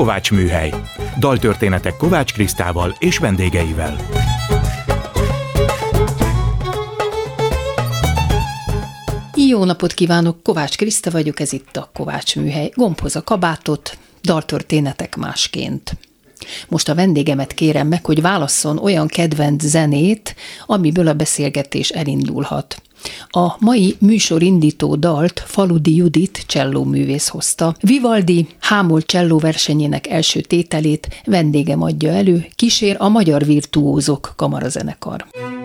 Kovács Műhely. Daltörténetek Kovács Krisztával és vendégeivel. Jó napot kívánok, Kovács Kriszta vagyok, ez itt a Kovács Műhely. Gombhoz a kabátot, daltörténetek másként. Most a vendégemet kérem meg, hogy válasszon olyan kedvenc zenét, amiből a beszélgetés elindulhat. A mai műsorindító dalt Faludi Judit csellóművész hozta. Vivaldi Hámol cselló versenyének első tételét vendégem adja elő, kísér a Magyar Virtuózok Kamarazenekar.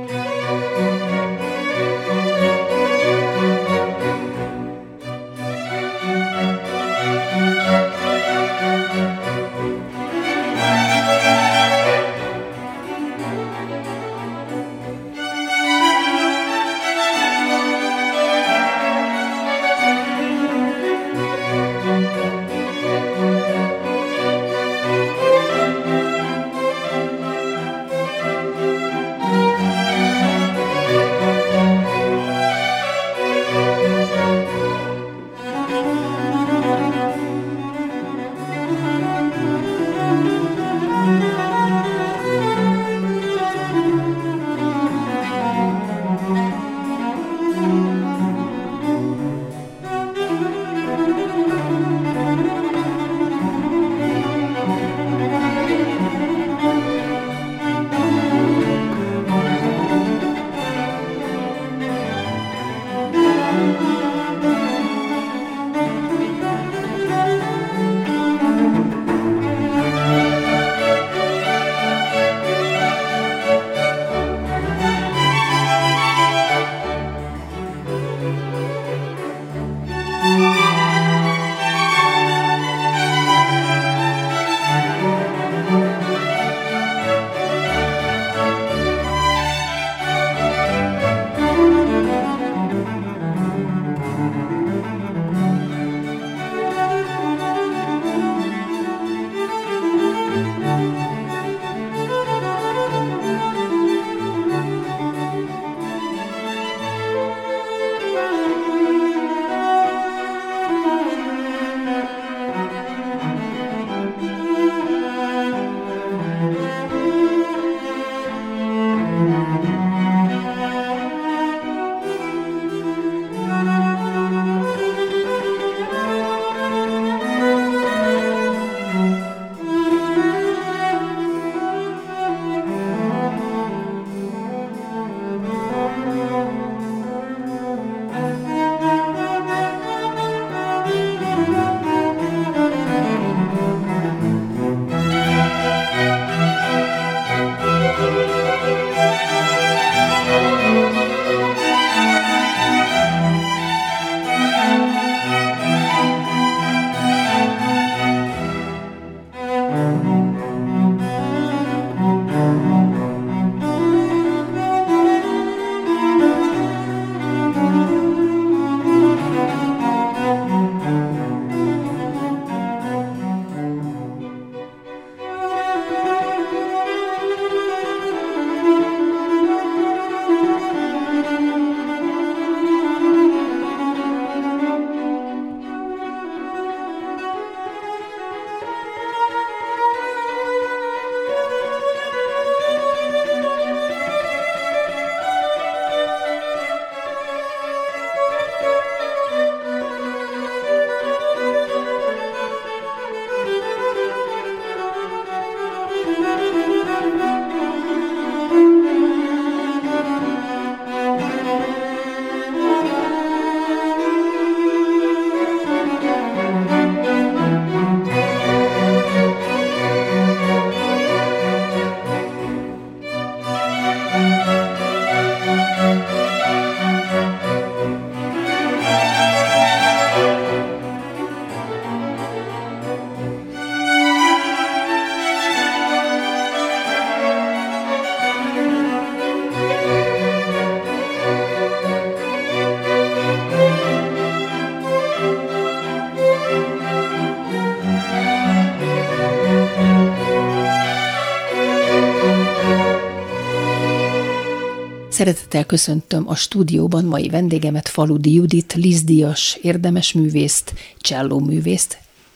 Szeretettel köszöntöm a stúdióban mai vendégemet, Faludi Judit, Liszt-díjas érdemesművészt, csellóművészt.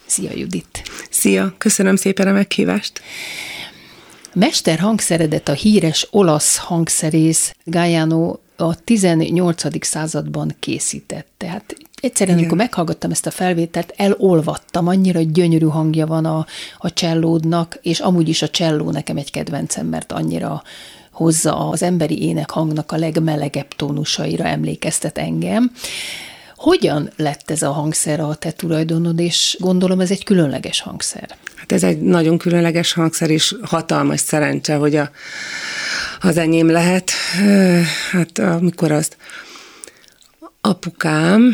Szia, Judit! Szia, köszönöm szépen a meghívást! Mester hangszeredet a híres olasz hangszerész Galliano a 18. században készített. Tehát egyszerűen, amikor meghallgattam ezt a felvételt, elolvadtam, annyira gyönyörű hangja van a csellódnak, és amúgy is a cselló nekem egy kedvencem, mert annyira hozza az emberi énekhangnak a legmelegebb tónusaira, emlékeztet engem. Hogyan lett ez a hangszer a te tulajdonod, és gondolom ez egy különleges hangszer? Hát ez egy nagyon különleges hangszer, és hatalmas szerencse, hogy az enyém lehet. Hát amikor azt apukám,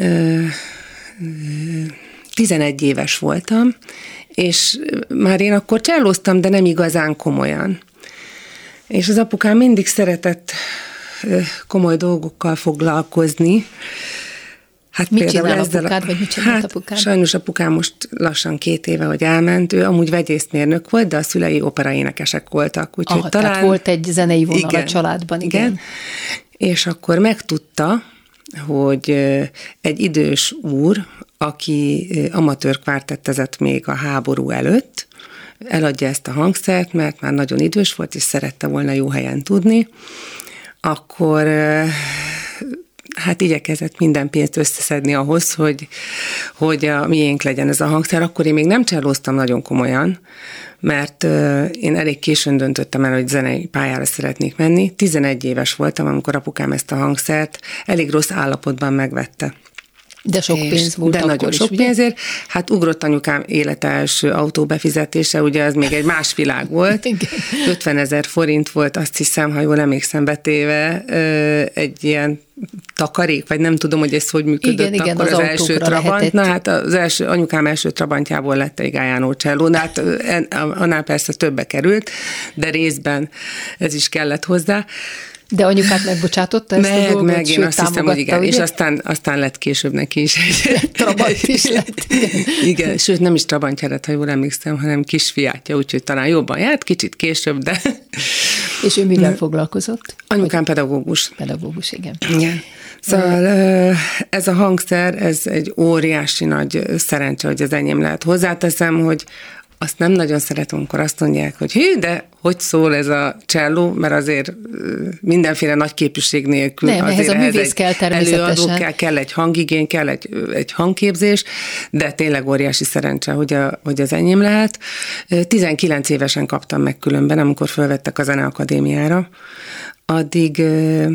11 éves voltam, és már én akkor csellóztam, de nem igazán komolyan. És az apukám mindig szeretett komoly dolgokkal foglalkozni. Hát mit csinál apukád, vagy mit csinált apukád? Sajnos apukám most lassan 2 éve, hogy elment. Ő amúgy vegyészmérnök volt, de a szülei operaénekesek voltak. Úgyhogy tehát volt egy zenei vonal a családban, igen. És akkor megtudta, hogy egy idős úr, aki amatőr kvártettezett még a háború előtt, eladja ezt a hangszert, mert már nagyon idős volt, és szerette volna jó helyen tudni, akkor hát igyekezett minden pénzt összeszedni ahhoz, hogy a miénk legyen ez a hangszer. Akkor én még nem csellóztam nagyon komolyan, mert én elég későn döntöttem el, hogy zenei pályára szeretnék menni. 11 éves voltam, amikor apukám ezt a hangszert elég rossz állapotban megvette. De sok pénz volt de akkor nagyon is, sok ugye? pénzért. Hát ugrott anyukám élete első autóbefizetése, ugye az még egy más világ volt. 50 000 forint volt, azt hiszem, ha jól emlékszem, betéve egy ilyen takarék, vagy nem tudom, hogy ez hogy működött igen, akkor az első Trabant. Lehetett. Na hát anyukám első Trabantjából lett egy Galliano cselló, hát annál persze többe került, de részben ez is kellett hozzá. De anyukát megbocsátotta ezt a dolgot? Meg, én azt hiszem, hogy igen. Ugye? És aztán lett később neki is egy Trabant is lett. Igen, sőt nem is Trabantja lett, ha jól emlékszem, hanem kisfiátja, úgyhogy talán jobban járt, kicsit később, de... És ő mivel foglalkozott? Anyukám pedagógus. Pedagógus, igen. Igen. Szóval ez a hangszer, ez egy óriási nagy szerencse, hogy az enyém lehet. Hozzáteszem, hogy azt nem nagyon szeretem, amikor azt mondják, hogy hű, de hogy szól ez a cselló, mert azért mindenféle nagy képűség nélkül nem, azért ehhez a művész kell természetesen. kell egy hangigény, kell egy hangképzés, de tényleg óriási szerencse, hogy az enyém lehet. 19 évesen kaptam meg különben, amikor fölvettek a Zeneakadémiára. Addig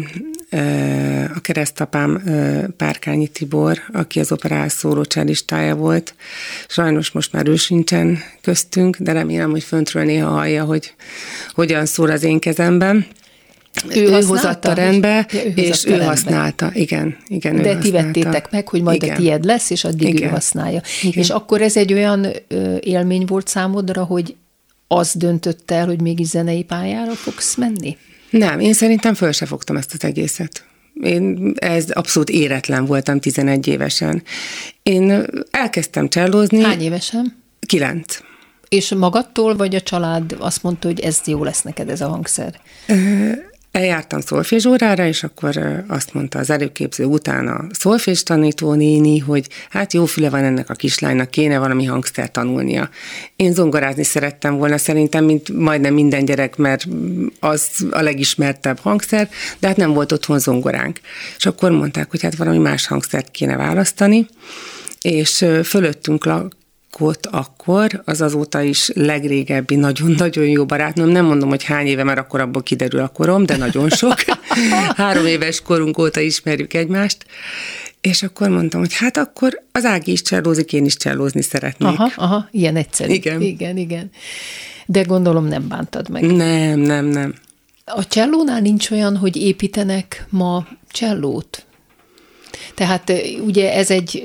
a keresztapám Párkányi Tibor, aki az operál szóló cellistája volt. Sajnos most már ő sincsen köztünk, de remélem, hogy föntről néha hallja, hogy hogyan szól az én kezemben. Ő hozatta rendbe, és ő használta. Igen, de ti vettétek meg, hogy majd a tied lesz, és addig ő használja. Igen. És akkor ez egy olyan élmény volt számodra, hogy az döntött el, hogy mégis zenei pályára fogsz menni? Nem, én szerintem föl se fogtam ezt az egészet. Ez abszolút éretlen voltam 11 évesen. Én elkezdtem csellózni. Hány évesen? 9. És magadtól, vagy a család azt mondta, hogy ez jó lesz neked, ez a hangszer? Eljártam szolfézsórára, és akkor azt mondta az előképző után a szolfézs tanító néni, hogy hát jó füle van ennek a kislánynak, kéne valami hangszert tanulnia. Én zongorázni szerettem volna szerintem, mint majdnem minden gyerek, mert az a legismertebb hangszer, de hát nem volt otthon zongoránk. És akkor mondták, hogy hát valami más hangszert kéne választani, és fölöttünk akkor, az azóta is legrégebbi, nagyon-nagyon jó barátnőm, nem mondom, hogy hány éve, mert akkor abból kiderül a korom, de nagyon sok. 3 éves korunk óta ismerjük egymást, és akkor mondtam, hogy hát akkor az Ági is csellózik, én is csellózni szeretnék. Aha, ilyen egyszerű. Igen. De gondolom nem bántad meg. Nem. A csellónál nincs olyan, hogy építenek ma csellót? Tehát ugye ez egy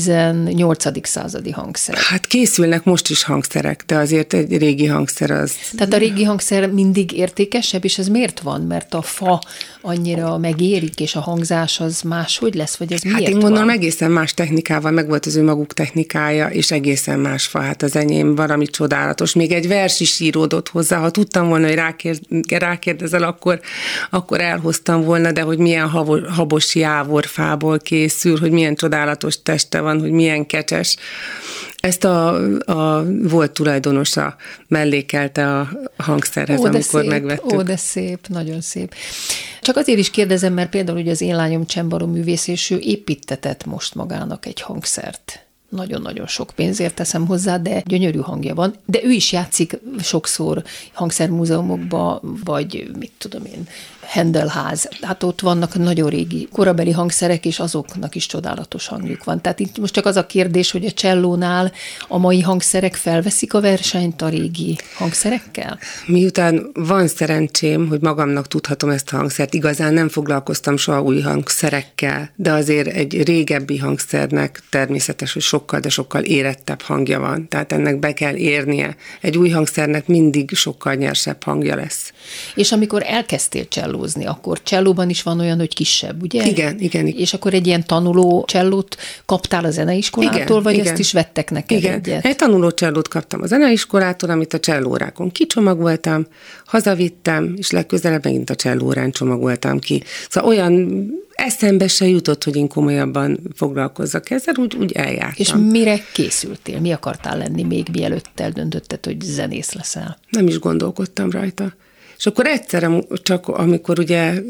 18. századi hangszer. Hát készülnek most is hangszerek, de azért egy régi hangszer az... Tehát a régi hangszer mindig értékesebb, és ez miért van? Mert a fa annyira megérik, és a hangzás az máshogy lesz, vagy ez miért van? Hát én gondolom egészen más technikával, meg volt az ő maguk technikája, és egészen más fa. Hát az enyém valami csodálatos. Még egy vers is íródott hozzá. Ha tudtam volna, hogy rákérdezel, akkor elhoztam volna, de hogy milyen habos jávorfából készül, hogy milyen csodálatos teste van, hogy milyen kecses. Ezt a volt tulajdonosa mellékelte a hangszerhez, amikor megvettük. Ó, de szép, nagyon szép. Csak azért is kérdezem, mert például ugye az én lányom csembaló művész, és ő építetett most magának egy hangszert. Nagyon-nagyon sok pénzért teszem hozzá, de gyönyörű hangja van. De ő is játszik sokszor hangszermúzeumokba, vagy mit tudom én, Handelház. Hát ott vannak nagyon régi, korabeli hangszerek, és azoknak is csodálatos hangjuk van. Tehát itt most csak az a kérdés, hogy a csellónál a mai hangszerek felveszik a versenyt a régi hangszerekkel? Miután van szerencsém, hogy magamnak tudhatom ezt a hangszert, igazán nem foglalkoztam soha új hangszerekkel, de azért egy régebbi hangszernek természetes, hogy sokkal, de sokkal érettebb hangja van. Tehát ennek be kell érnie. Egy új hangszernek mindig sokkal nyersebb hangja lesz. És amikor elkezdtél csellózni, akkor csellóban is van olyan, hogy kisebb, ugye? Igen. És akkor egy ilyen tanuló csellót kaptál a zeneiskolától, vagy ezt is vettek neked egyet? Egy tanuló csellót kaptam a zeneiskolától, amit a csellórákon kicsomagoltam, hazavittem, és legközelebb megint a csellórán csomagoltam ki. Szóval olyan eszembe se jutott, hogy én komolyabban foglalkozzak ezzel, úgy eljártam. És mire készültél? Mi akartál lenni még mielőtt eldöntötted, hogy zenész leszel? Nem is gondolkodtam rajta. És akkor egyszerre csak, amikor ugye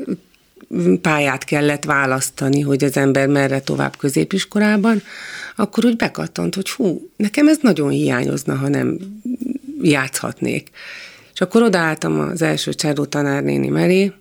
pályát kellett választani, hogy az ember merre tovább középiskolában, akkor úgy bekattant, hogy nekem ez nagyon hiányozna, ha nem játszhatnék. És akkor odaálltam az első cselló tanárnéni mellé,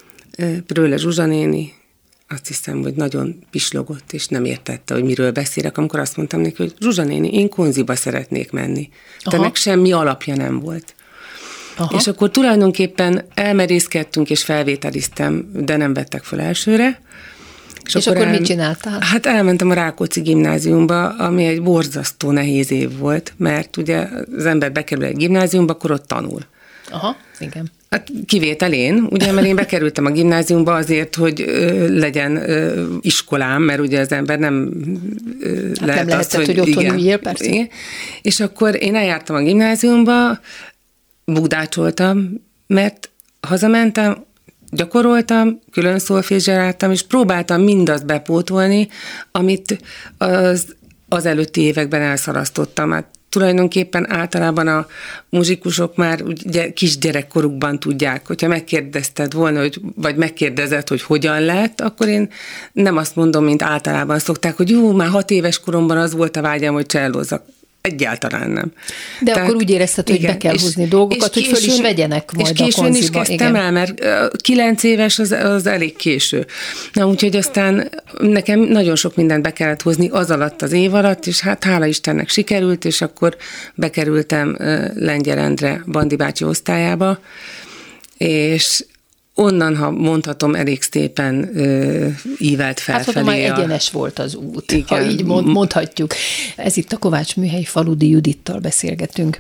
Prőle Zsuzsa néni, azt hiszem, hogy nagyon pislogott, és nem értette, hogy miről beszélek, amikor azt mondtam neki, hogy Zsuzsa néni, én konziba szeretnék menni. De ennek semmi alapja nem volt. Aha. És akkor tulajdonképpen elmerészkedtünk, és felvételiztem, de nem vettek fel elsőre. És akkor mit csináltál? Hát elmentem a Rákóczi gimnáziumba, ami egy borzasztó nehéz év volt, mert ugye az ember bekerül egy gimnáziumba, akkor ott tanul. Aha, igen. Hát kivétel én, ugye, mert én bekerültem a gimnáziumba azért, hogy legyen iskolám, mert ugye az ember nem lehet nem azt, hogy otthon üljél, persze. Igen. És akkor én eljártam a gimnáziumba, bugdácsoltam, mert hazamentem, gyakoroltam, külön szolfézseráltam, és próbáltam mindazt bepótolni, amit az előtti években elszalasztottam. Hát tulajdonképpen általában a muzsikusok már ugye kisgyerekkorukban tudják, hogyha megkérdezted volna, vagy megkérdezed, hogy hogyan lett, akkor én nem azt mondom, mint általában szokták, hogy már 6 éves koromban az volt a vágyam, hogy csellózzak. Egyáltalán nem. De tehát, akkor úgy érezted, hogy be kell hozni dolgokat, hogy föl is vegyenek majd a konziba. És későn is kezdtem el, mert 9 éves az elég késő. Na, úgyhogy aztán nekem nagyon sok mindent be kellett hozni az alatt az év alatt, és hát hála Istennek sikerült, és akkor bekerültem Lengyel Endre Bandi bácsi osztályába, és onnan, ha mondhatom, elég szépen ívelt felfelé. Hát már egyenes volt az út, igen. Ha így mondhatjuk. Ez itt a Kovács Műhely, Faludi Judittal beszélgetünk.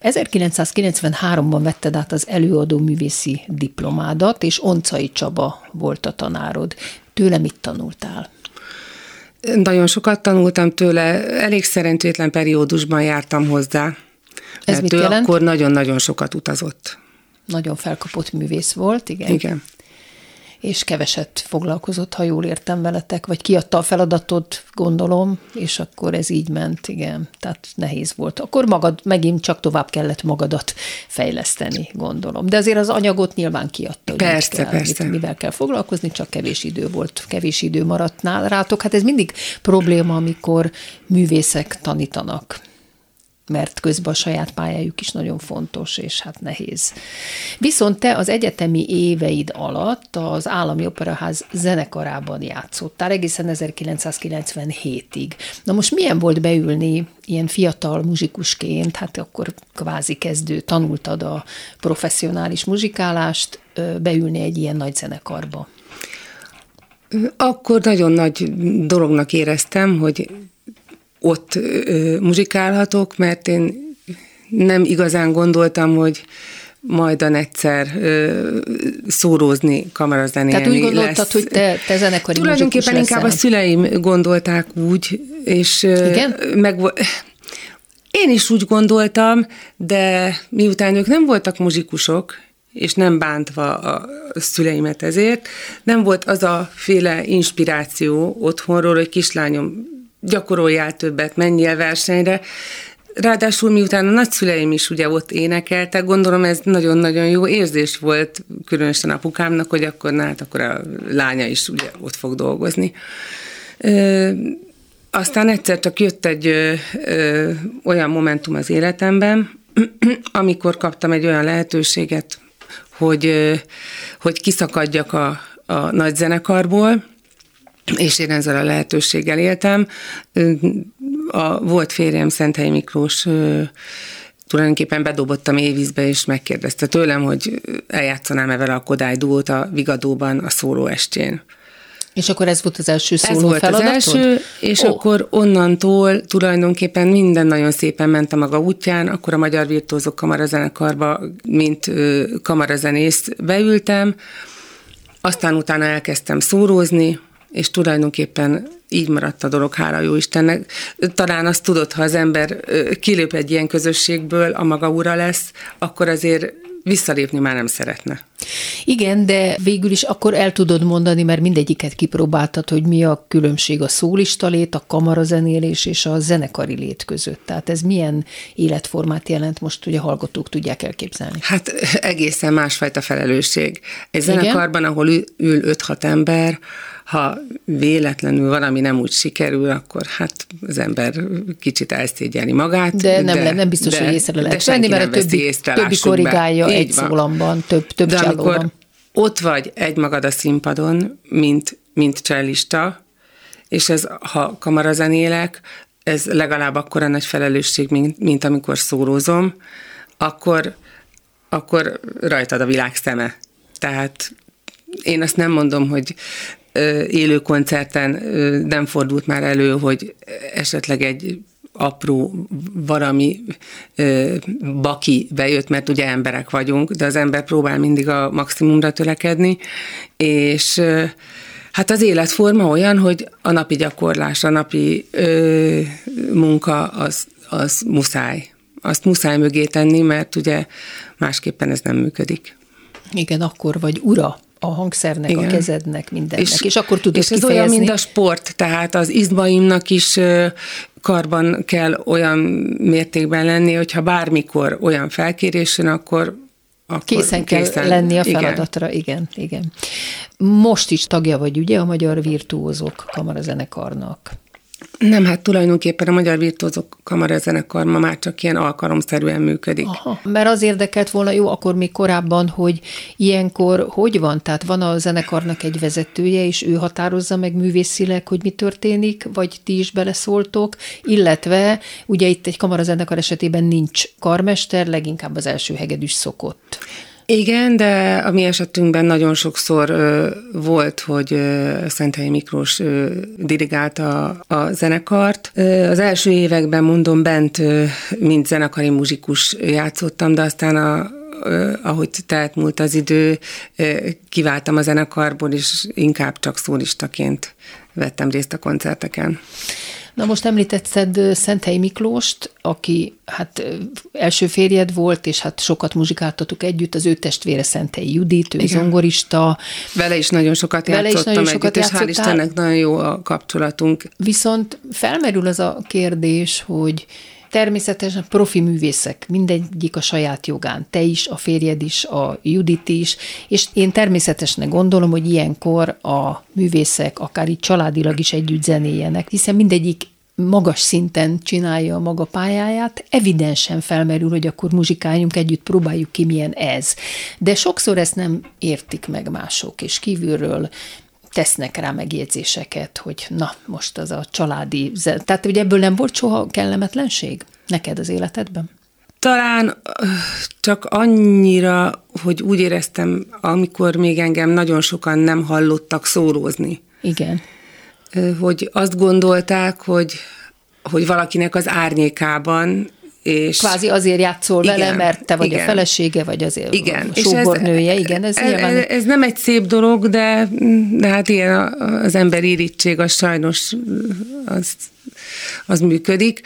1993-ban vetted át az előadó művészi diplomádat, és Oncai Csaba volt a tanárod. Tőle mit tanultál? Nagyon sokat tanultam tőle, elég szerencsétlen periódusban jártam hozzá. Ez mit jelent? Akkor nagyon-nagyon sokat utazott. Nagyon felkapott művész volt, igen. Igen. És keveset foglalkozott, ha jól értem veletek, vagy kiadta a feladatot, gondolom, és akkor ez így ment, igen. Tehát nehéz volt. Akkor megint csak tovább kellett magadat fejleszteni, gondolom. De azért az anyagot nyilván kiadta. Persze. Mivel kell foglalkozni, csak kevés idő volt, kevés idő maradt rátok. Hát ez mindig probléma, amikor művészek tanítanak, mert közben a saját pályájuk is nagyon fontos, és hát nehéz. Viszont te az egyetemi éveid alatt az Állami Operaház zenekarában játszottál, egészen 1997-ig. Na most milyen volt beülni ilyen fiatal muzsikusként, hát akkor kvázi kezdő, tanultad a professzionális muzsikálást, beülni egy ilyen nagy zenekarba? Akkor nagyon nagy dolognak éreztem, hogy ott muzsikálhatok, mert én nem igazán gondoltam, hogy majdan egyszer szórózni, kamarazenélni lesz. Tehát úgy gondoltad, hogy te zenekari muzsikus leszel? Inkább a szüleim gondolták úgy, és én is úgy gondoltam, de miután ők nem voltak muzsikusok, és nem bántva a szüleimet ezért, nem volt az a féle inspiráció otthonról, hogy kislányom, gyakoroljál többet, menjél versenyre. Ráadásul miután a nagyszüleim is ugye ott énekeltek, gondolom ez nagyon-nagyon jó érzés volt, különösen apukámnak, hogy akkor a lánya is ugye ott fog dolgozni. Aztán egyszer csak jött egy olyan momentum az életemben, amikor kaptam egy olyan lehetőséget, hogy kiszakadjak a nagy zenekarból, és én ezzel a lehetőséggel éltem. A volt férjem, Szenthelyi Miklós tulajdonképpen bedobott a mélyvízbe, és megkérdezte tőlem, hogy eljátszanám-e vele a Kodály duót a Vigadóban a szólóestjén. És akkor ez volt az első szóló feladatod? Ez volt az első, és akkor onnantól tulajdonképpen minden nagyon szépen ment a maga útján, akkor a Magyar Virtuózok Kamarazenekarba, mint kamarazenész beültem, aztán utána elkezdtem szórózni, és tulajdonképpen így maradt a dolog, hála jó Istennek. Talán azt tudod, ha az ember kilép egy ilyen közösségből, a maga ura lesz, akkor azért visszalépni már nem szeretne. Igen, de végül is akkor el tudod mondani, mert mindegyiket kipróbáltad, hogy mi a különbség a szólista lét, a kamarazenélés és a zenekari lét között. Tehát ez milyen életformát jelent, most ugye hallgatók tudják elképzelni? Hát egészen másfajta felelősség. Egy zenekarban, ahol ül 5-6 ember, ha véletlenül valami nem úgy sikerül, akkor hát az ember kicsit elszégyelni magát. De nem biztos, hogy észre lehet venni, mert a többi korrigálja egy szólamban, több csellóban. Amikor ott vagy egymagad a színpadon, mint csellista, és ez, ha kamarazenélek, ez legalább akkora nagy felelősség, mint amikor szórózom, akkor rajtad a világ szeme. Tehát én azt nem mondom, hogy élő koncerten nem fordult már elő, hogy esetleg egy apró valami baki bejött, mert ugye emberek vagyunk, de az ember próbál mindig a maximumra törekedni, és hát az életforma olyan, hogy a napi gyakorlás, a napi munka az muszáj. Azt muszáj mögé tenni, mert ugye másképpen ez nem működik. Igen, akkor vagy ura a hangszernek, igen, a kezednek, mindennek, és akkor tudod kifejezni. És ez olyan, mint a sport, tehát az izmaimnak is karban kell olyan mértékben lenni, hogyha bármikor olyan felkérés jön, akkor készen kell lenni a feladatra, igen. Most is tagja vagy ugye a Magyar Virtuózok Kamarazenekarnak? Nem, hát tulajdonképpen a Magyar Virtuózok Kamarazenekar ma már csak ilyen alkalomszerűen működik. Aha, mert az érdekelt volna, jó, akkor még korábban, hogy ilyenkor hogy van? Tehát van a zenekarnak egy vezetője, és ő határozza meg művészileg, hogy mi történik, vagy ti is beleszóltok, illetve ugye itt egy kamarazenekar esetében nincs karmester, leginkább az első hegedűs szokott. Igen, de a mi esetünkben nagyon sokszor volt, hogy Szenthelyi Miklós dirigálta a zenekart. Az első években, mondom, bent mint zenekari muzsikus játszottam, de aztán ahogy telt múlt az idő, kiváltam a zenekarból, és inkább csak szólistaként vettem részt a koncerteken. Na most említetted Szenthelyi Miklóst, aki hát első férjed volt, és hát sokat muzsikáltatok együtt, az ő testvére Szenthelyi Judit, ő zongorista. Vele is nagyon sokat játszottam együtt, és hál' Istennek nagyon jó a kapcsolatunk. Viszont felmerül az a kérdés, hogy természetesen profi művészek, mindegyik a saját jogán, te is, a férjed is, a Judit is, és én természetesnek gondolom, hogy ilyenkor a művészek akár így családilag is együtt zenéljenek, hiszen mindegyik magas szinten csinálja a maga pályáját, evidensen felmerül, hogy akkor muzsikáljunk együtt, próbáljuk ki, milyen ez. De sokszor ezt nem értik meg mások, és kívülről tesznek rá megjegyzéseket, hogy na, most az a családi... Tehát ugye ebből nem volt soha kellemetlenség neked az életedben? Talán csak annyira, hogy úgy éreztem, amikor még engem nagyon sokan nem hallottak szórózni. Igen. Hogy azt gondolták, hogy valakinek az árnyékában, és kvázi azért játszol vele, mert te vagy a felesége, vagy azért a sógornője. Igen, ez nem egy szép dolog, de hát ilyen az ember irítség, az sajnos az működik.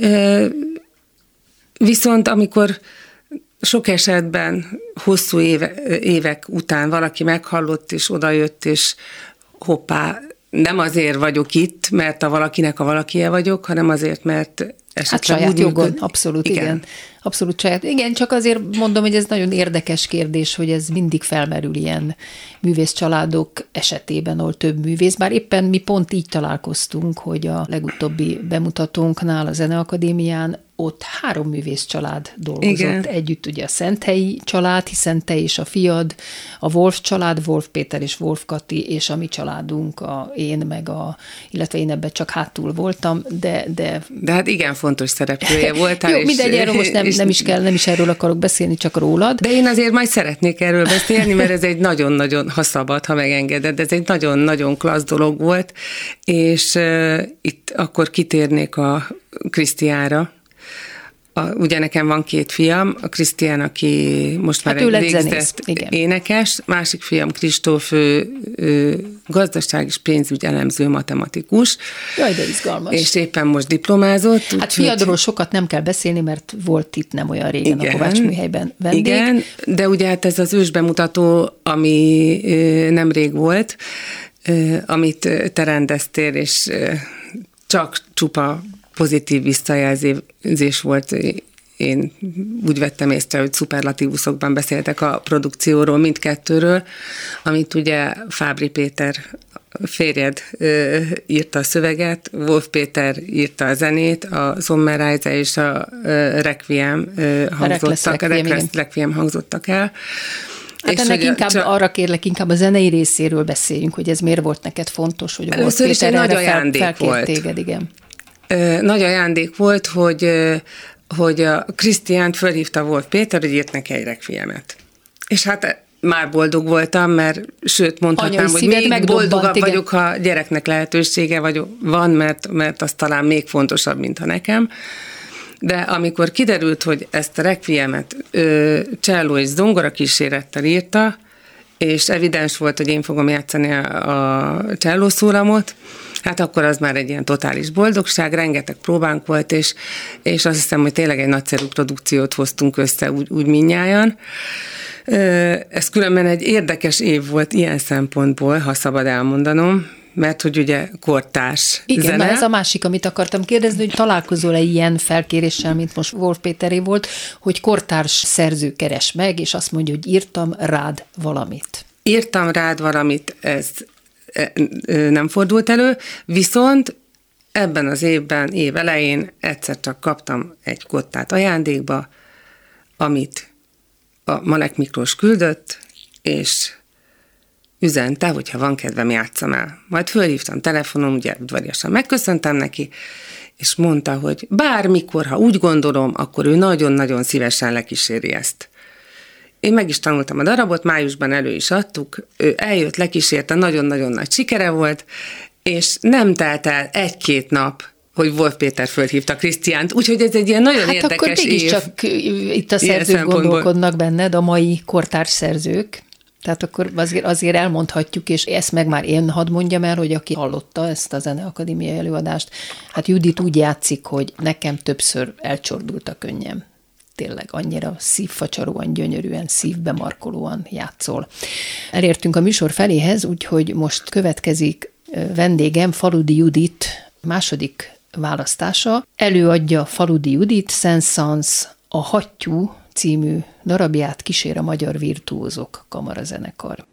Viszont amikor sok esetben hosszú évek után valaki meghallott, és odajött, és hoppá, nem azért vagyok itt, mert a valakinek a valakije vagyok, hanem azért, mert esetleg saját jogon, abszolút, igen. Abszolút saját. Igen, csak azért mondom, hogy ez nagyon érdekes kérdés, hogy ez mindig felmerül ilyen művészcsaládok esetében, ahol több művész. Bár éppen mi pont így találkoztunk, hogy a legutóbbi bemutatónknál, a Zeneakadémián ott 3 művész család dolgozott. Igen. Együtt ugye a Szenthelyi család, hiszen te és a fiad, a Wolf család, Wolf Péter és Wolf Kati, és a mi családunk, illetve én ebben csak hátul voltam, de hát igen, fontos szereplője voltál. Jó, mindegy, erről most nem is erről akarok beszélni, csak rólad. De én azért majd szeretnék erről beszélni, mert ez egy nagyon-nagyon, ha szabad, ha megengeded, ez egy nagyon-nagyon klassz dolog volt, és itt akkor kitérnék a Krisztiánra. Ugye nekem van 2 fiam, a Krisztián, aki most már egy végzett énekes, másik fiam Kristóf, gazdaság és pénzügy elemző matematikus. Jaj, de izgalmas. És éppen most diplomázott. Hát fiadról sokat nem kell beszélni, mert volt itt nem olyan régen a Kovács műhelyben vendég. Igen, de ugye hát ez az ősbemutató, ami nemrég volt, amit te rendeztél, és csak csupa pozitív visszajelzés volt. Én úgy vettem észre, hogy szuperlatívuszokban beszéltek a produkcióról, mindkettőről, amit ugye Fábri Péter férjed írta a szöveget, Wolf Péter írta a zenét, a Sommerreise és a Requiem hangzottak el. Hát ennek arra kérlek, inkább a zenei részéről beszéljünk, hogy ez miért volt neked fontos, hogy Wolf Péter erre felkért téged, igen. Nagy ajándék volt, hogy a Krisztiánt fölhívta Wolf Péter, hogy írt neki egy requiemet. És hát már boldog voltam, mert sőt mondhatnám, hogy még boldogabb vagyok, ha gyereknek lehetősége van, mert az talán még fontosabb, mint ha nekem. De amikor kiderült, hogy ezt a requiemet cselló és zongora kísérettel írta, és evidens volt, hogy én fogom játszani a csellószólamot, hát akkor az már egy ilyen totális boldogság, rengeteg próbánk volt, és azt hiszem, hogy tényleg egy nagyszerű produkciót hoztunk össze úgy mindnyájan. Ez különben egy érdekes év volt ilyen szempontból, ha szabad elmondanom, mert hogy ugye kortárs igen, zene. Igen, ez a másik, amit akartam kérdezni, hogy találkozol-e ilyen felkéréssel, mint most Wolf Péteré volt, hogy kortárs szerző keres meg, és azt mondja, hogy írtam rád valamit. Írtam rád valamit, ez nem fordult elő, viszont ebben az évben, év elején egyszer csak kaptam egy kottát ajándékba, amit a Malek Miklós küldött, és üzente, hogyha van kedvem, játsszam el. Majd fölhívtam telefonon, ugye udvariasan megköszöntem neki, és mondta, hogy bármikor, ha úgy gondolom, akkor ő nagyon-nagyon szívesen lekíséri ezt. Én meg is tanultam a darabot, májusban elő is adtuk, ő eljött, lekísérte, nagyon-nagyon nagy sikere volt, és nem telt el 1-2 nap, hogy Wolf Péter fölhívta Krisztiánt, úgyhogy ez egy ilyen nagyon érdekes év. Hát akkor mégis csak itt a szerzők gondolkodnak benned, a mai kortárs szerzők. Tehát akkor azért elmondhatjuk, és ezt meg már én hadd mondjam el, hogy aki hallotta ezt a Zeneakadémiai előadást, hát Judit úgy játszik, hogy nekem többször elcsordult a könnyem. Tényleg annyira szívfacsaróan, gyönyörűen, szívbe markolóan játszol. Elértünk a műsor feléhez, úgyhogy most következik vendégem Faludi Judit második választása. Előadja Faludi Judit Saint-Saëns a Hattyú című darabját, kísér a Magyar Virtuózok Kamarazenekar.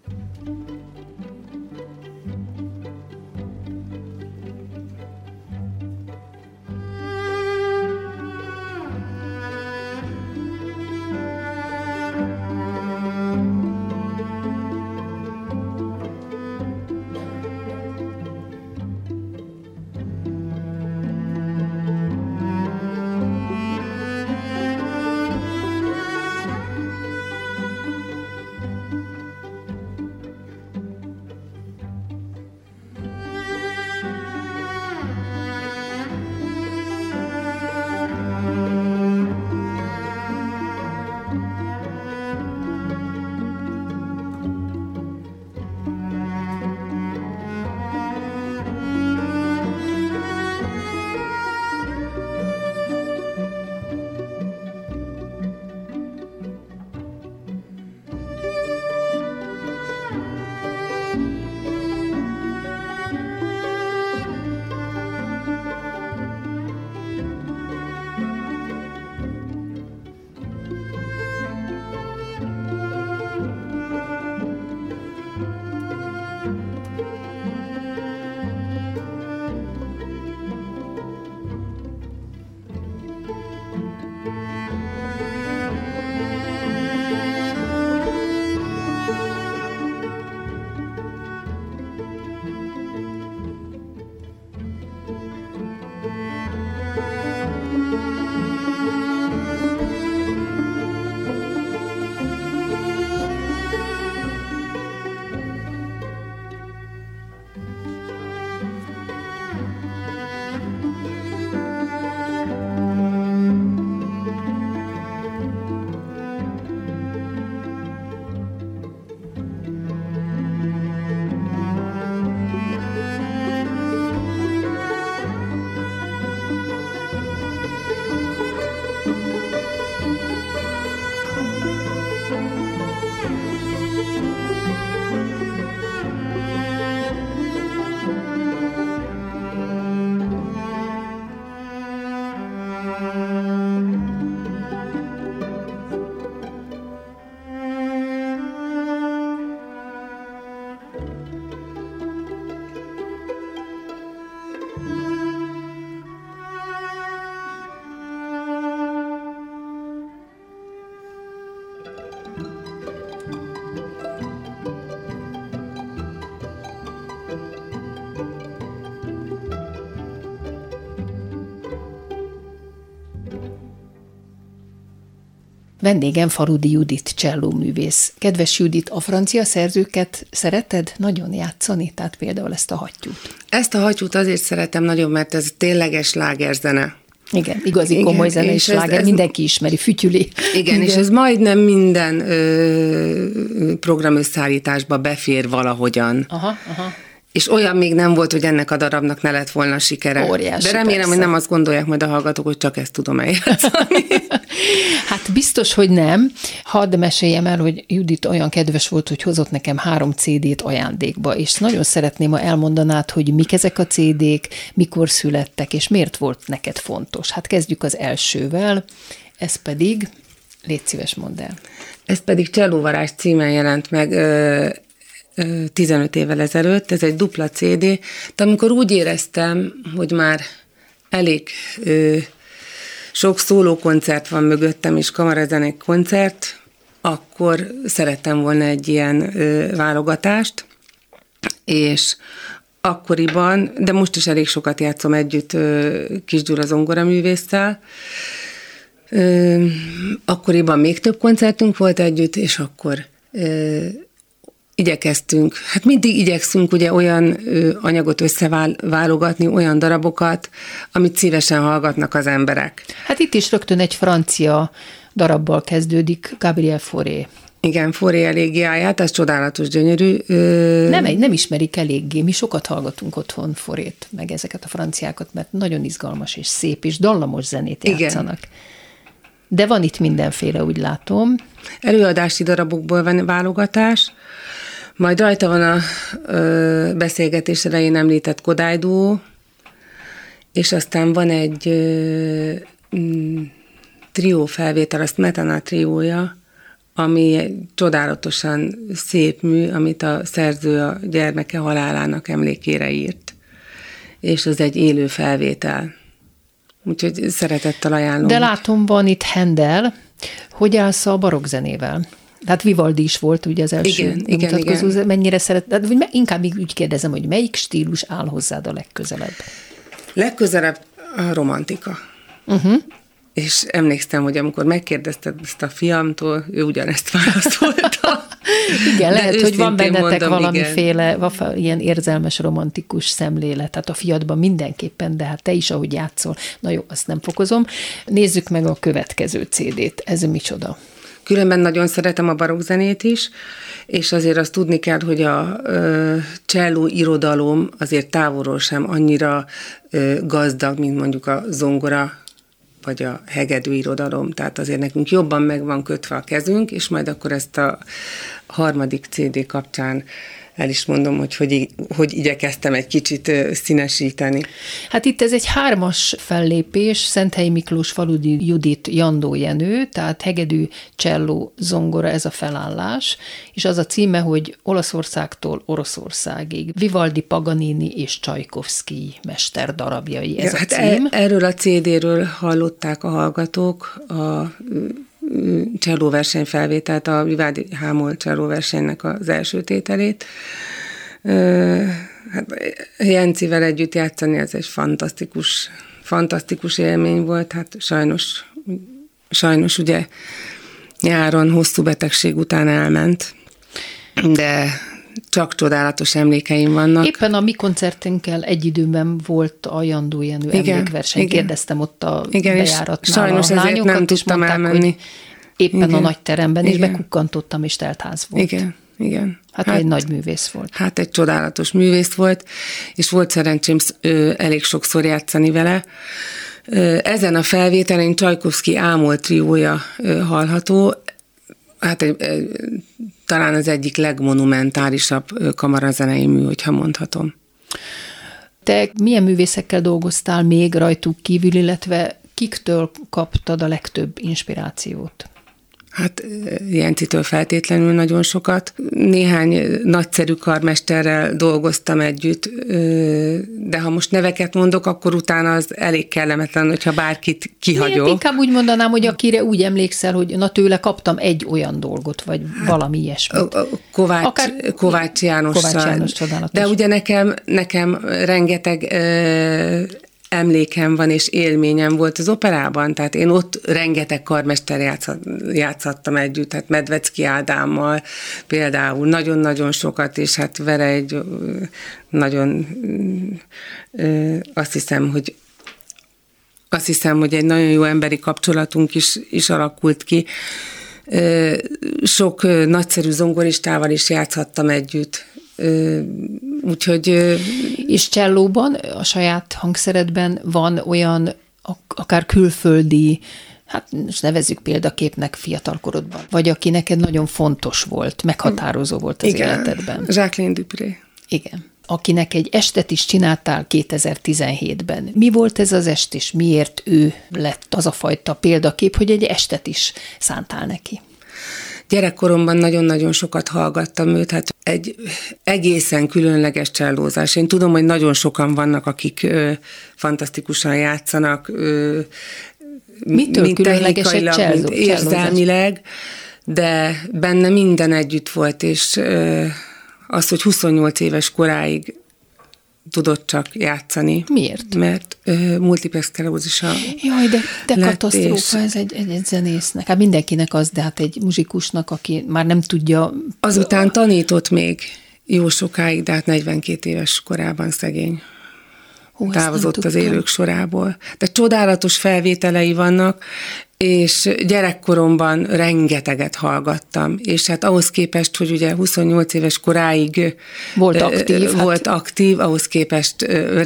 Vendégem Faludi Judit csellóművész. Kedves Judit, a francia szerzőket szereted nagyon játszani? Tehát például ezt a hattyút. Ezt a hattyút azért szeretem nagyon, mert ez tényleges slágerzene. Igen, igazi komoly zene és sláger, mindenki ismeri, fütyüli. Igen, és ez majdnem minden programösszeállításba befér valahogyan. Aha. És olyan még nem volt, hogy ennek a darabnak ne lett volna sikere. Óriási, de remélem, persze. hogy nem azt gondolják majd a hallgatók, hogy csak ezt tudom eljátszani. Hát biztos, hogy nem. Hadd meséljem el, hogy Judit olyan kedves volt, hogy hozott nekem 3 CD-t ajándékba, és nagyon szeretném, ha elmondanád, hogy mik ezek a CD-k, mikor születtek, és miért volt neked fontos. Hát kezdjük az elsővel, ez pedig, légy szíves, mondd el. Ez pedig Csellóvarázs címen jelent meg 15 évvel ezelőtt, ez egy dupla CD, de amikor úgy éreztem, hogy már elég sok szólókoncert van mögöttem, és kamarazenei koncert, akkor szerettem volna egy ilyen válogatást, és akkoriban, de most is elég sokat játszom együtt Kis Gyula zongoraművésszel, akkoriban még több koncertünk volt együtt, és akkor igyekeztünk, hát mindig igyekszünk ugye olyan anyagot összeválogatni, olyan darabokat, amit szívesen hallgatnak az emberek. Hát itt is rögtön egy francia darabbal kezdődik, Gabriel Fauré. Igen, Fauré elégiáját, az csodálatos, gyönyörű. Nem ismerik eléggé, mi sokat hallgatunk otthon Faurét, meg ezeket a franciákat, mert nagyon izgalmas és szép, és dallamos zenét játszanak. Igen. De van itt mindenféle, úgy látom. Előadási darabokból van válogatás, majd rajta van a beszélgetés elején említett Kodály duó, és aztán van egy trió felvétel, a Smetana triója, ami egy csodálatosan szép mű, amit a szerző a gyermeke halálának emlékére írt. És az egy élő felvétel. Úgyhogy szeretettel ajánlom. De látom, van itt Handel. Hogy állsz a barokkzenével? Tehát Vivaldi is volt ugye az első bemutatkozó, igen. Mennyire szereted? Vagy inkább úgy kérdezem, hogy melyik stílus áll hozzád a legközelebb? Legközelebb a romantika. És emlékszem, hogy amikor megkérdezted ezt a fiamtól, ő ugyanezt válaszolta. Igen, lehet, hogy van bennetek valamiféle ilyen érzelmes, romantikus szemlélet. Tehát a fiadban mindenképpen, de hát te is, ahogy játszol. Na jó, azt nem fokozom. Nézzük meg a következő CD-t. Ez micsoda? Különben nagyon szeretem a barokkzenét is, és azért azt tudni kell, hogy a cselló irodalom azért távolról sem annyira gazdag, mint mondjuk a zongora vagy a hegedű irodalom. Tehát azért nekünk jobban meg van kötve a kezünk, és majd akkor ezt a harmadik CD kapcsán el is mondom, hogy igyekeztem egy kicsit színesíteni. Hát itt ez egy 3-as fellépés, Szenthelyi Miklós, Faludi Judit, Jandó Jenő, tehát hegedű, cselló, zongora, ez a felállás, és az a címe, hogy Olaszországtól Oroszországig, Vivaldi, Paganini és Csajkovszky mester darabjai, ez a cím. Erről a CD-ről hallották a hallgatók a csellóverseny felvételt, a Vivaldi Hámol csellóversenynek az első tételét. Hát Jencivel együtt játszani, ez egy fantasztikus élmény volt, hát sajnos ugye nyáron hosszú betegség után elment, de csak csodálatos emlékeim vannak. Éppen a mi koncertünkkel egy időben volt a Jandó Jenő emlékverseny. Kérdeztem ott a bejáratnál sajnos a lányokat, nem tudtam mondták, elmenni. Éppen a nagy teremben, és bekukkantottam, és telt ház volt. Igen. Hát egy nagy művész volt. Hát egy csodálatos művész volt, és volt szerencsém elég sokszor játszani vele. Ezen a felvételen Csajkovszky Ámol triója hallható, hát talán az egyik legmonumentálisabb kamarazenei mű, hogyha mondhatom. Te milyen művészekkel dolgoztál még rajtuk kívül, illetve kiktől kaptad a legtöbb inspirációt? Hát Jencitől feltétlenül nagyon sokat. Néhány nagyszerű karmesterrel dolgoztam együtt, de ha most neveket mondok, akkor utána az elég kellemetlen, hogyha bárkit kihagyok. Én inkább úgy mondanám, hogy akire úgy emlékszel, hogy na tőle kaptam egy olyan dolgot, vagy valami ilyesmit. Kovács Jánossal. Kovács János csodálatos. De ugye nekem rengeteg emlékem van és élményem volt az operában, tehát én ott rengeteg karmester játszhattam együtt, tehát Medvecki Ádámmal például nagyon-nagyon sokat, és hát vele egy nagyon azt hiszem, hogy egy nagyon jó emberi kapcsolatunk is alakult ki. Sok nagyszerű zongoristával is játszhattam együtt. Úgyhogy... És csellóban, a saját hangszeredben van olyan, akár külföldi, hát most nevezzük példaképnek fiatalkorodban, vagy aki neked nagyon fontos volt, meghatározó volt az életedben. Jacqueline Dupré. Igen. Akinek egy estet is csináltál 2017-ben. Mi volt ez az est, és miért ő lett az a fajta példakép, hogy egy estet is szántál neki? Gyerekkoromban nagyon-nagyon sokat hallgattam őt, hát egy egészen különleges csellózás. Én tudom, hogy nagyon sokan vannak, akik fantasztikusan játszanak, mitől különleges egy csellózás? Mint érzelmileg, de benne minden együtt volt, és az, hogy 28 éves koráig tudott csak játszani. Miért? Mert multiplex szklerózisa. Jaj, de katasztrófa ez egy zenésznek. Hát mindenkinek az, de hát egy muzsikusnak, aki már nem tudja... Azután tanított még jó sokáig, de hát 42 éves korában szegény. Távozott az élők sorából. De csodálatos felvételei vannak, és gyerekkoromban rengeteget hallgattam, és hát ahhoz képest, hogy ugye 28 éves koráig volt aktív, ahhoz képest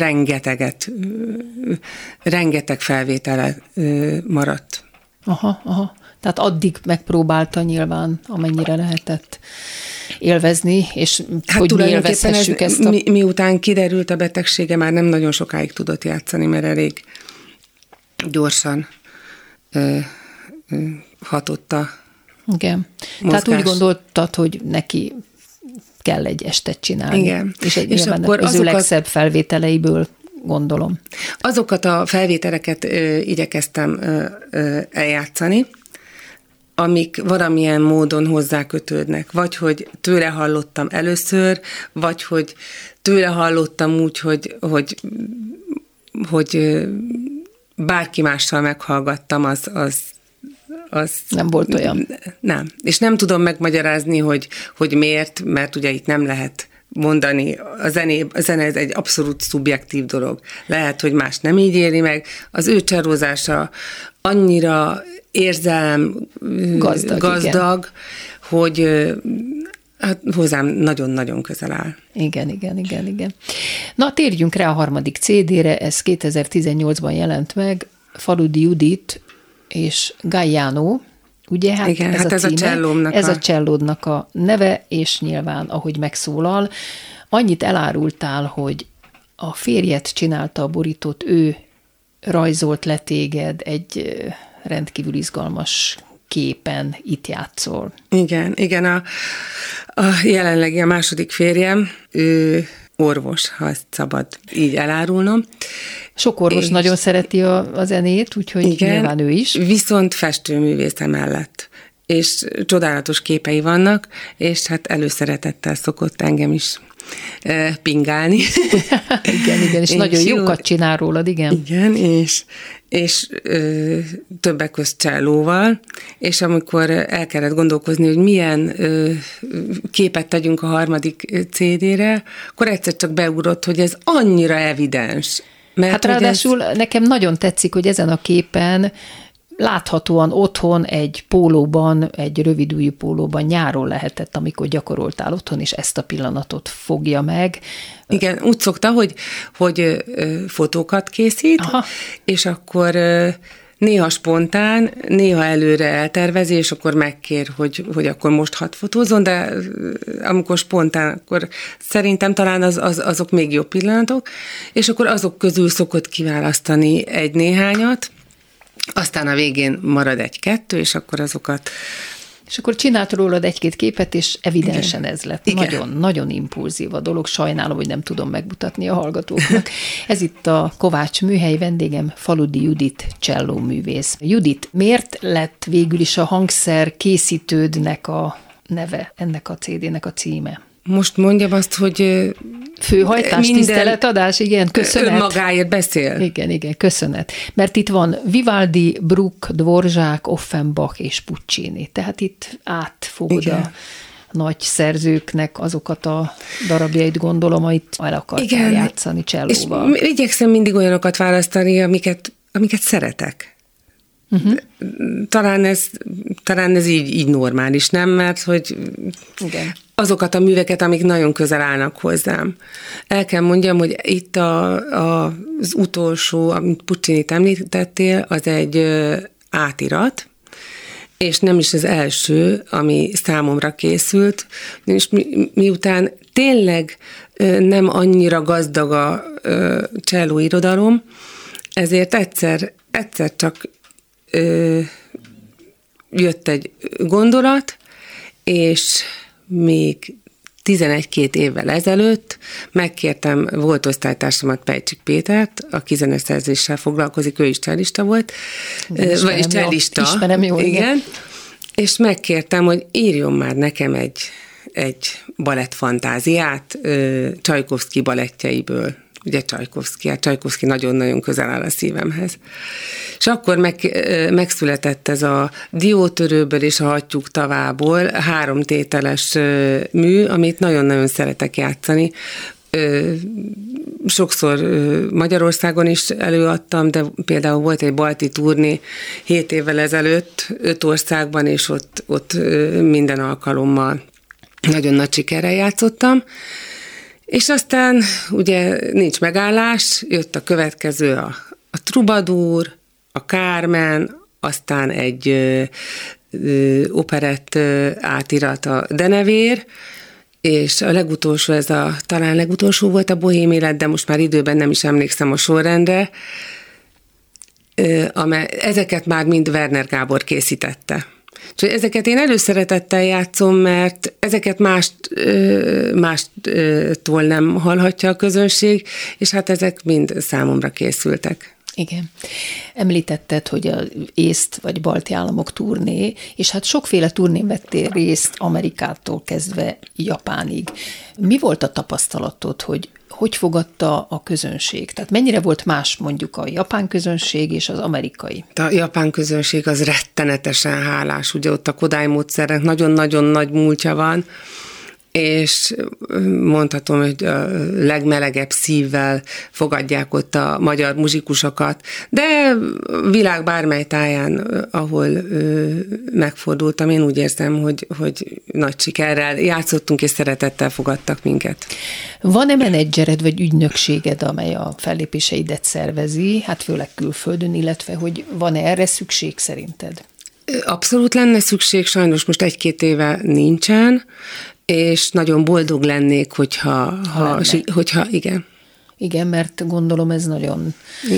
rengeteg felvétele maradt. Aha. Tehát addig megpróbálta nyilván, amennyire lehetett élvezni, és hát hogy mi élvezhessük ezt a... Miután kiderült a betegsége, már nem nagyon sokáig tudott játszani, mert elég gyorsan hatott a Igen. mozgás. Tehát úgy gondoltad, hogy neki kell egy estet csinálni. Igen. És akkor az ő legszebb felvételeiből gondolom. Azokat a felvételeket igyekeztem eljátszani, amik valamilyen módon hozzákötődnek. Vagy, hogy tőle hallottam először, vagy, hogy tőle hallottam úgy, hogy bárki mással meghallgattam, az nem volt olyan. Nem. És nem tudom megmagyarázni, hogy miért, mert ugye itt nem lehet mondani, a zene ez egy abszolút szubjektív dolog. Lehet, hogy más nem így éli meg. Az ő csellózása annyira érzelem gazdag hogy hát hozzám nagyon-nagyon közel áll. Igen. Na, térjünk rá a harmadik CD-re, ez 2018-ban jelent meg, Faludi Judit és Gaiano, ugye? Hát igen, ez a csellódnak a neve, és nyilván, ahogy megszólal, annyit elárultál, hogy a férjed csinálta a borítót, ő rajzolt le téged egy rendkívül izgalmas képen, itt játszol. Igen, a jelenlegi a második férjem, ő orvos, ha ezt szabad így elárulnom. Sok orvos nagyon szereti a zenét, úgyhogy igen, nyilván ő is. Viszont festőművész emellett. És csodálatos képei vannak, és hát előszeretettel szokott engem is pingálni. igen, és nagyon jókat csinál rólad, igen. Igen, és többek közt csellóval, és amikor el kellett gondolkozni, hogy milyen képet tegyünk a harmadik CD-re, akkor egyszer csak beugrott, hogy ez annyira evidens. Mert hát ráadásul nekem nagyon tetszik, hogy ezen a képen láthatóan otthon egy pólóban, egy rövidújú pólóban nyáron lehetett, amikor gyakoroltál otthon, és ezt a pillanatot fogja meg. Igen, úgy szokta, hogy fotókat készít, aha, és akkor néha spontán, néha előre eltervezi, és akkor megkér, hogy akkor most hadd fotózzon, de amikor spontán, akkor szerintem talán azok még jobb pillanatok, és akkor azok közül szokott kiválasztani egy néhányat, aztán a végén marad egy-kettő, és akkor azokat... És akkor csinált rólad egy-két képet, és evidensen igen, ez lett. Nagyon impulzív a dolog. Sajnálom, hogy nem tudom megmutatni a hallgatóknak. Ez itt a Kovács Műhely, vendégem Faludi Judit csellóművész. Judit, miért lett végül is a hangszer készítődnek a neve, ennek a CD-nek a címe? Most mondjam azt, hogy Főhajtás, tiszteletadás, igen, köszönet. Önmagáért beszél. Igen, köszönet. Mert itt van Vivaldi, Bruch, Dvorak, Offenbach és Puccini. Tehát itt átfogod a nagy szerzőknek azokat a darabjait, gondolom, amit el akartál játszani csellóval. És igyekszem mindig olyanokat választani, amiket szeretek. Talán ez így normális, nem? Mert hogy azokat a műveket, amik nagyon közel állnak hozzám. El kell mondjam, hogy itt az utolsó, amit Puccinit említettél, az egy átirat, és nem is az első, ami számomra készült, és miután tényleg nem annyira gazdag a cselló irodalom, ezért egyszer csak jött egy gondolat, és még 11-2 évvel ezelőtt megkértem volt osztálytársamat, Pejcsik Pétert, aki zeneszerzéssel foglalkozik, ő is csellista volt, vagyis csellista. Ismerem jól, igen. És megkértem, hogy írjon már nekem egy balettfantáziát Csajkovszky balettjeiből. Ugye Csajkovszky nagyon-nagyon közel áll a szívemhez. És akkor megszületett ez a Diótörőből és a Hattyúk tavából 3 tételes mű, amit nagyon-nagyon szeretek játszani. Sokszor Magyarországon is előadtam, de például volt egy balti turné 7 évvel ezelőtt 5 országban, és ott minden alkalommal nagyon nagy sikerrel játszottam. És aztán ugye nincs megállás, jött a következő a Troubadour, a Carmen, aztán egy operett átirat, a Denevér, és a legutolsó, talán legutolsó volt a Bohém élet, de most már időben nem is emlékszem a sorrendre, ezeket már mind Werner Gábor készítette. Úgyhogy ezeket én előszeretettel játszom, mert ezeket mástól nem hallhatja a közönség, és hát ezek mind számomra készültek. Igen. Említetted, hogy az észt vagy balti államok turné, és hát sokféle turnén vettél részt Amerikától kezdve Japánig. Mi volt a tapasztalatod, hogy fogadta a közönség? Tehát mennyire volt más mondjuk a japán közönség és az amerikai? A japán közönség az rettenetesen hálás, ugye ott a Kodály módszernek nagyon-nagyon nagy múltja van, és mondhatom, hogy a legmelegebb szívvel fogadják ott a magyar muzsikusokat, de világ bármely táján, ahol megfordultam, én úgy érzem, hogy nagy sikerrel játszottunk, és szeretettel fogadtak minket. Van-e menedzsered vagy ügynökséged, amely a fellépéseidet szervezi, hát főleg külföldön, illetve hogy van-e erre szükség szerinted? Abszolút lenne szükség, sajnos most 1-2 éve nincsen, és nagyon boldog lennék, hogyha igen. Igen, mert gondolom ez nagyon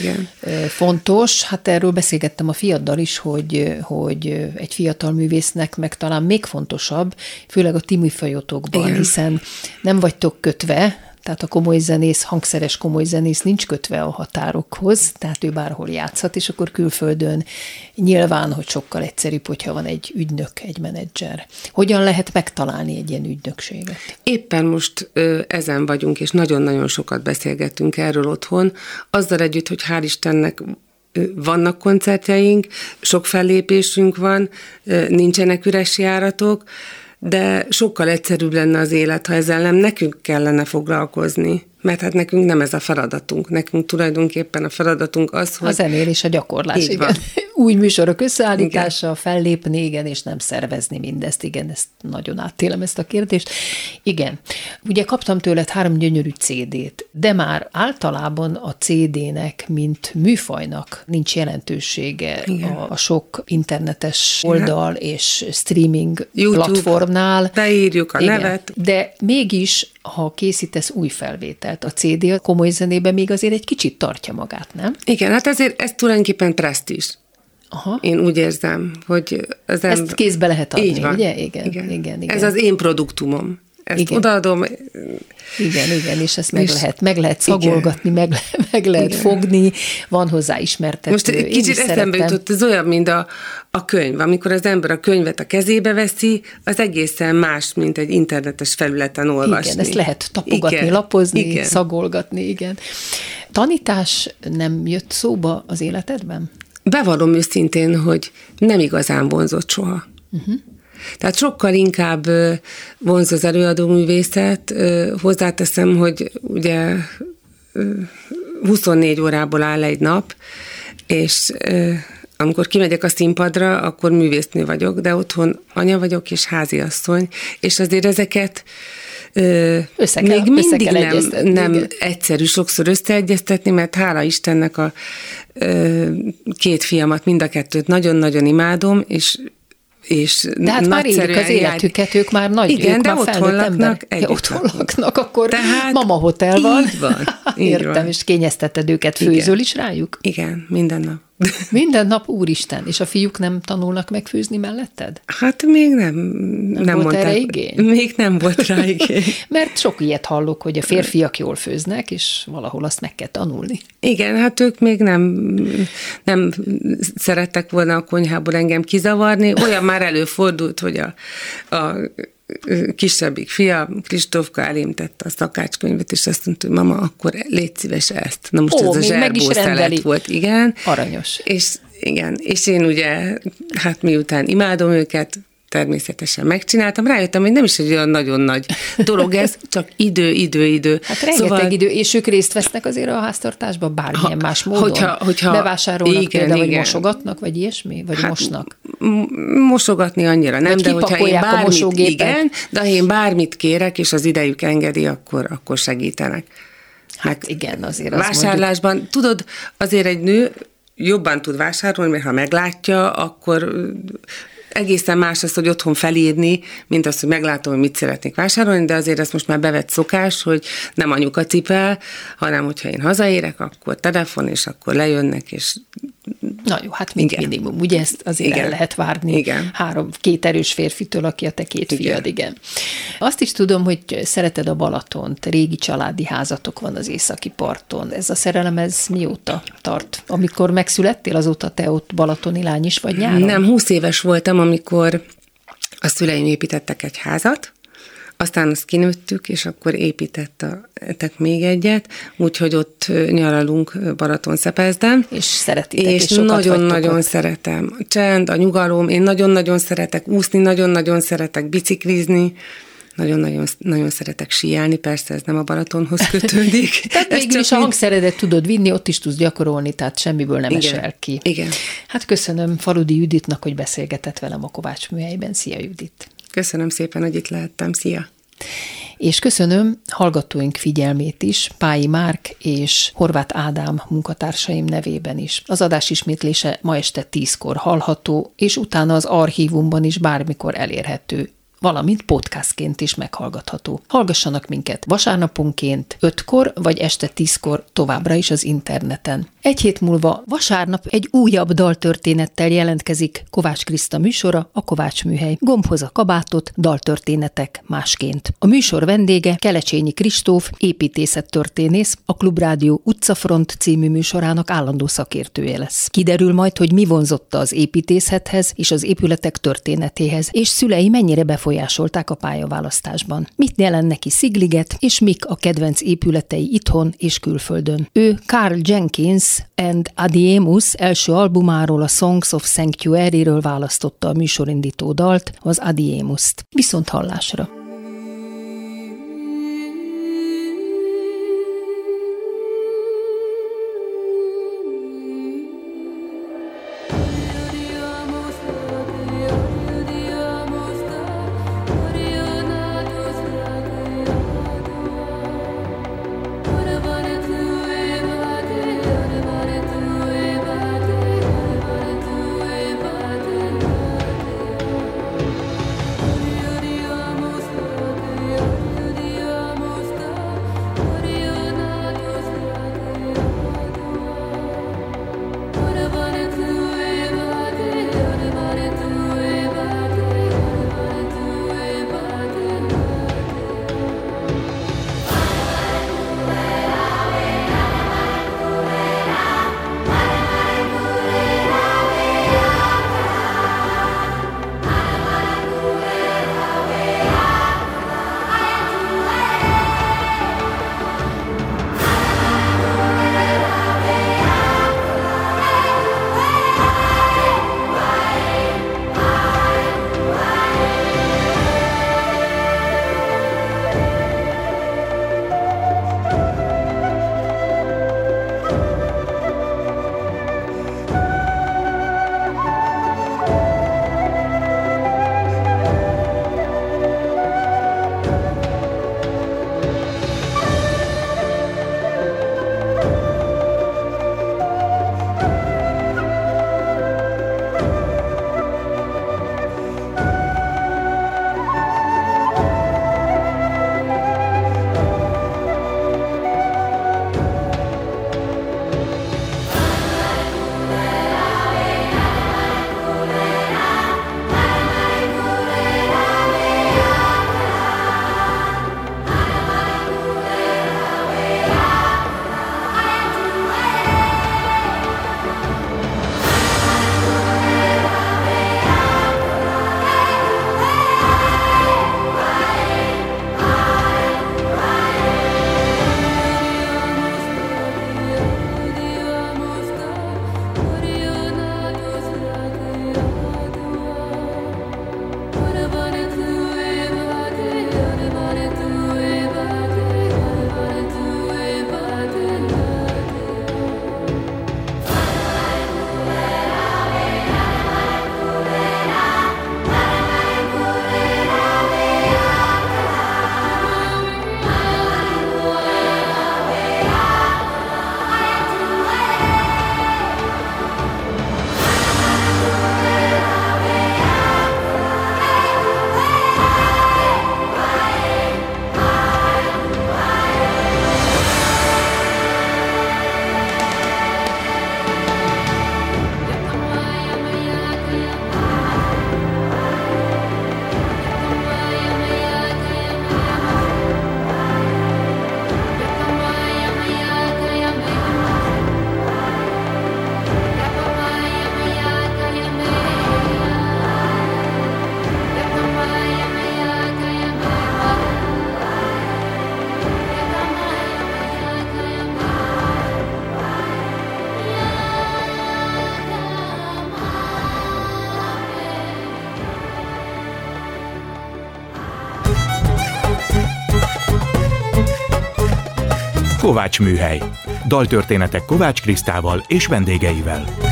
fontos. Hát erről beszélgettem a fiaddal is, hogy egy fiatal művésznek meg talán még fontosabb, főleg a ti műfajotokban, hiszen nem vagytok kötve, tehát a komoly zenész, hangszeres komoly zenész nincs kötve a határokhoz, tehát ő bárhol játszhat, és akkor külföldön nyilván, hogy sokkal egyszerűbb, hogyha van egy ügynök, egy menedzser. Hogyan lehet megtalálni egy ilyen ügynökséget? Éppen most ezen vagyunk, és nagyon-nagyon sokat beszélgettünk erről otthon, azzal együtt, hogy hál' Istennek vannak koncertjeink, sok fellépésünk van, nincsenek üres járatok, de sokkal egyszerűbb lenne az élet, ha ezzel nem nekünk kellene foglalkozni, mert hát nekünk nem ez a feladatunk. Nekünk tulajdonképpen a feladatunk az, hogy... A zenélés, a gyakorlás, igen. Új műsorok összeállítása, fellépni, igen, és nem szervezni mindezt, igen, ezt nagyon áttélem ezt a kérdést. Igen, ugye kaptam tőled 3 gyönyörű CD-t, de már általában a CD-nek, mint műfajnak nincs jelentősége a sok internetes oldal és streaming YouTube platformnál. Beírjuk a nevet. De mégis, ha készítesz új felvételt, a CD a komoly zenében még azért egy kicsit tartja magát, nem? Igen, hát ezért ez tulajdonképpen presztízs. Aha. Én úgy érzem, hogy ezt kézbe lehet adni, ugye? Igen. Ez az én produktumom. ezt igen. odaadom. Igen, és ezt meg lehet szagolgatni, meg lehet fogni, van hozzá ismertető. Most egy kicsit eszembe jutott, ez olyan, mint a könyv. Amikor az ember a könyvet a kezébe veszi, az egészen más, mint egy internetes felületen olvasni. Igen, ezt lehet tapogatni, lapozni, szagolgatni, igen. Tanítás nem jött szóba az életedben? Bevallom őszintén, hogy nem igazán vonzott soha. Tehát sokkal inkább vonz az előadóművészet. Hozzáteszem, hogy ugye 24 órából áll egy nap, és amikor kimegyek a színpadra, akkor művésznő vagyok, de otthon anya vagyok és háziasszony, és azért ezeket még mindig nem egyszerű sokszor összeegyeztetni, mert hála Istennek a két fiamat, mind a kettőt nagyon-nagyon imádom, és de hát már élik az életüket, ők már nagy, igen, ők de már felnőtt ember. Otthon laknak, akkor tehát mama hotel van. Így van. Értem, van. És kényezteted őket, főzöl is rájuk? Igen, minden nap. Minden nap, úristen, és a fiúk nem tanulnak meg főzni melletted? Hát még nem volt erre igény? Még nem volt rá igény. Mert sok ilyet hallok, hogy a férfiak jól főznek, és valahol azt meg kell tanulni. Igen, hát ők még nem szerettek volna a konyhából engem kizavarni. Olyan már előfordult, hogy a kisebbik fia, Kristófka elém tette a szakácskönyvet, és azt mondta, hogy mama, akkor légy szíves ezt. Na most ez a zserbó szelet volt, igen. Aranyos. És én ugye, hát miután imádom őket, természetesen megcsináltam. Rájöttem, hogy nem is egy olyan nagyon nagy dolog ez, csak idő. Hát rengeteg idő, és ők részt vesznek azért a háztartásban bármilyen más módon. Hogyha bevásárolnak például, vagy mosogatnak, vagy ilyesmi? Vagy mosnak? Mosogatni annyira nem, de hogyha én bármit kérek, és az idejük engedi, akkor segítenek. Hát igen, azért az vásárlásban, mondjuk... tudod, azért egy nő jobban tud vásárolni, mert ha meglátja, akkor egészen más az, hogy otthon felírni, mint az, hogy meglátom, hogy mit szeretnék vásárolni, de azért ez most már bevett szokás, hogy nem anyuka cipel, hanem hogyha én hazaérek, akkor telefon, és akkor lejönnek, és na jó, hát minimum, ugye ezt azért el lehet várni két erős férfitől, aki a te két fiad, igen. Azt is tudom, hogy szereted a Balatont, régi családi házatok van az északi parton. Ez a szerelem, ez mióta tart? Amikor megszülettél, azóta te ott balatoni lány is vagy nyáron? Nem, 20 éves voltam, amikor a szüleim építettek egy házat, aztán azt kinőttük, és akkor építettek még egyet, úgyhogy ott nyaralunk Balatonszepezden. És szeretitek, és nagyon-nagyon szeretem. A csend, a nyugalom, én nagyon-nagyon szeretek úszni, nagyon-nagyon szeretek biciklizni, nagyon szeretek síelni, persze ez nem a Balatonhoz kötődik. Tehát végül is a hangszeredet tudod vinni, ott is tudsz gyakorolni, tehát semmiből nem esel ki. Igen. Hát köszönöm Faludi Juditnak, hogy beszélgetett velem a Kovács Műhelyben. Szia, Judit! Köszönöm szépen, hogy itt lehettem. Szia! És köszönöm hallgatóink figyelmét is, Pályi Márk és Horváth Ádám munkatársaim nevében is. Az adás ismétlése ma este 10-kor hallható, és utána az archívumban is bármikor elérhető, valamint podcastként is meghallgatható. Hallgassanak minket vasárnaponként 5-kor, vagy este 10-kor továbbra is az interneten. Egy hét múlva vasárnap egy újabb daltörténettel jelentkezik Kovács Kriszta műsora, a Kovács Műhely. Gombhoz a kabátot, daltörténetek másként. A műsor vendége Kelecsényi Kristóf, építészettörténész, a Klubrádió Utcafront című műsorának állandó szakértője lesz. Kiderül majd, hogy mi vonzotta az építészethez és az épületek történetéhez, és szülei mennyire befolyásolták a pályaválasztásban. Mit jelent neki Szigliget, és mik a kedvenc épületei itthon és külföldön. Ő Carl Jenkins and Adiemus első albumáról, a Songs of Sanctuary-ről választotta a műsorindító dalt, az Adiemust. Viszont hallásra! Almost Kovács Műhely. Daltörténetek Kovács Krisztával és vendégeivel.